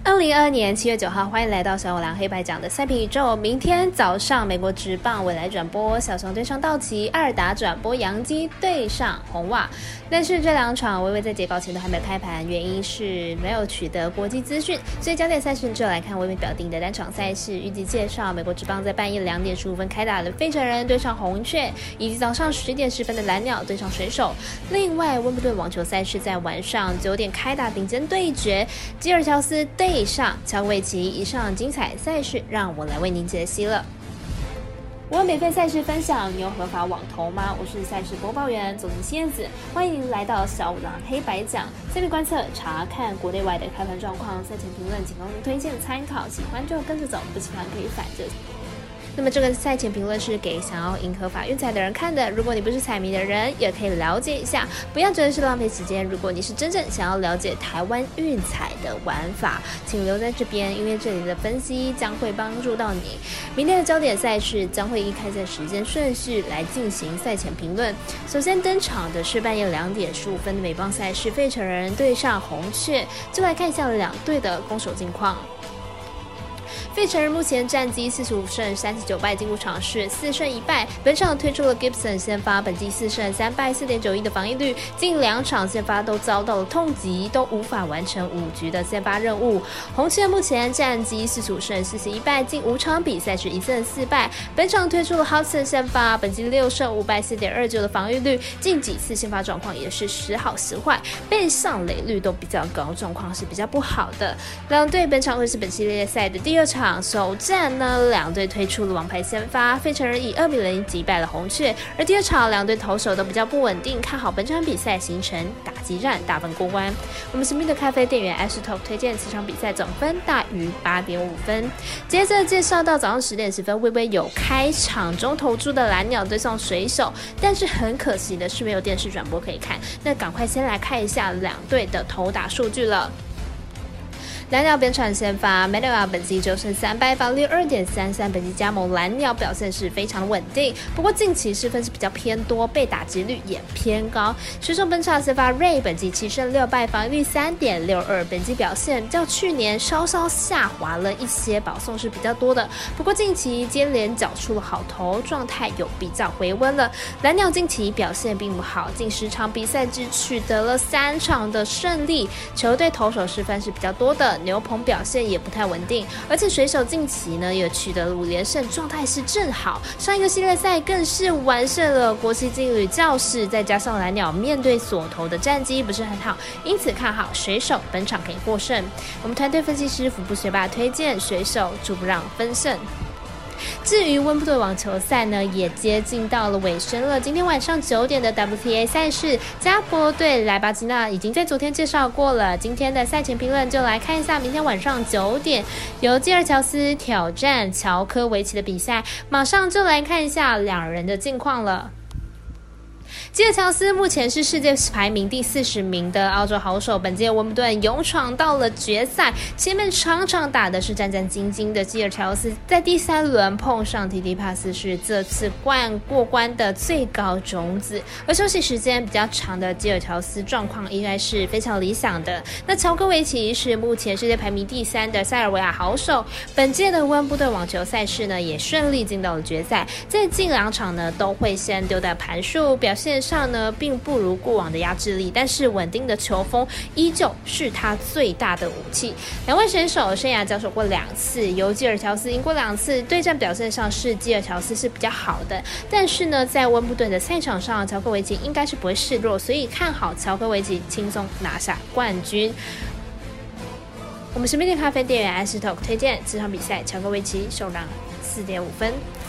2022年7月9号，欢迎来到小五郎黑白讲的赛评宇宙。明天早上，美国职棒未来转播小熊对上道奇，爱尔达转播洋基对上红袜。但是这两场微微在截稿前都还没有开盘，原因是没有取得国际资讯，所以焦点赛事就来看微微表定的单场赛事。预计介绍美国职棒在半夜2点15分开打的费城人对上红雀，以及早上10点10分的蓝鸟对上水手。另外，温布顿网球赛事在晚上9点开打，顶尖对决，基尔乔斯对上乔维奇。以上精彩赛事让我来为您解析了。我有免费赛事分享，你有合法网投吗？我是赛事播报员总经燕子，欢迎您来到小五郎黑白讲。赛评观测，查看国内外的开盘状况，赛前评论仅供您推荐参考，喜欢就跟着走，不喜欢可以反着。那么这个赛前评论是给想要赢合法运彩的人看的，如果你不是彩迷的人也可以了解一下，不要觉得是浪费时间。如果你是真正想要了解台湾运彩的玩法，请留在这边，因为这里的分析将会帮助到你。明天的焦点赛事将会依开赛时间顺序来进行赛前评论。首先登场的是半夜2点15分的美棒赛事，费城人对上红雀，就来看一下两队的攻守近况。费城人目前战绩45胜39败，进入场是4胜1败。本场推出了 Gibson 先发，本季4胜3败 4.91 的防御率，近2场先发都遭到了痛击，都无法完成5局的先发任务。红雀目前战绩45胜41败，近5场比赛是1胜4败。本场推出了 Hudson 先发，本季6胜5败 4.29 的防御率，近几次先发状况也是时好时坏，被上垒率都比较高，状况是比较不好的。两队本场会是本系列赛的第2场。首战呢，两队推出了王牌先发，费城人以2-0击败了红雀。而第2场两队投手都比较不稳定，看好本场比赛形成打击战，大分过关。我们神秘的咖啡店员 Ashtok 推荐此场比赛总分大于8.5分。接着介绍到早上10点10分，微微有开场中投注的蓝鸟对上水手，但是很可惜的是没有电视转播可以看。那赶快先来看一下两队的投打数据了。蓝鸟本场先发 Manuel 本季9胜3败，防率 2.33， 本季加盟蓝鸟表现是非常稳定，不过近期失分是比较偏多，被打击率也偏高。水手本场先发 Ray 本季7胜6败，防御率 3.62， 本季表现较去年稍稍下滑了一些，保送是比较多的，不过近期接连缴出了好投，状态有比较回温了。蓝鸟近期表现并不好，近10场比赛只取得了3场的胜利，球队投手失分是比较多的，牛棚表现也不太稳定，而且水手近期呢也取得了5连胜，状态是正好。上一个系列赛更是完胜了国际劲旅教士，再加上蓝鸟面对所投的战绩不是很好，因此看好水手本场可以获胜。我们团队分析师福布学霸推荐水手主不让分胜。至于温布顿网球赛呢，也接近到了尾声了。今天晚上9点的 WTA 赛事，加波对莱巴基纳已经在昨天介绍过了。今天的赛前评论就来看一下，明天晚上9点由基尔乔斯挑战乔科维奇的比赛，马上就来看一下两人的近况了。基尔乔斯目前是世界排名第40名的澳洲好手，本届温布顿勇闯到了决赛，前面场场打的是战战兢兢的基尔乔斯，在第3轮碰上提提帕斯，是这次过关的最高种子。而休息时间比较长的基尔乔斯状况应该是非常理想的。那乔科维奇是目前世界排名第3的塞尔维亚好手，本届的温布顿网球赛事呢也顺利进到了决赛，在近2场呢都会先丢掉盘数，表现上呢并不如过往的压制力，但是稳定的球风依旧是他最大的武器。两位选手生涯交手过2次，由基尔乔斯赢过2次，对战表现上是基尔乔斯是比较好的，但是呢在温布顿的赛场上，乔科维奇应该是不会示弱，所以看好乔科维奇轻松拿下冠军。我们神秘店咖啡店员 Ashtok 推荐这场比赛乔科维奇首让4.5分。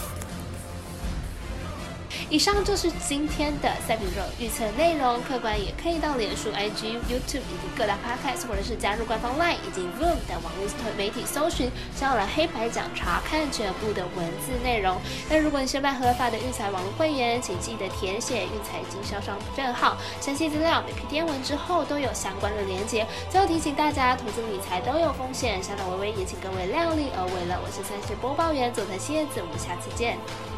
以上就是今天的赛评预测内容，客观也可以到脸书、IG、YouTube 以及各大 Podcast， 或者是加入官方 LINE 以及 Room 等网络媒体搜寻小五郎黑白讲，查看全部的文字内容。那如果你是办合法的运彩网络会员，请记得填写运彩经销商证号，详细资料每篇天文之后都有相关的连结。最后提醒大家，投资理财都有风险，小岛微微也请各位量力而为了。我是赛事播报员佐藤希叶子，我们下次见。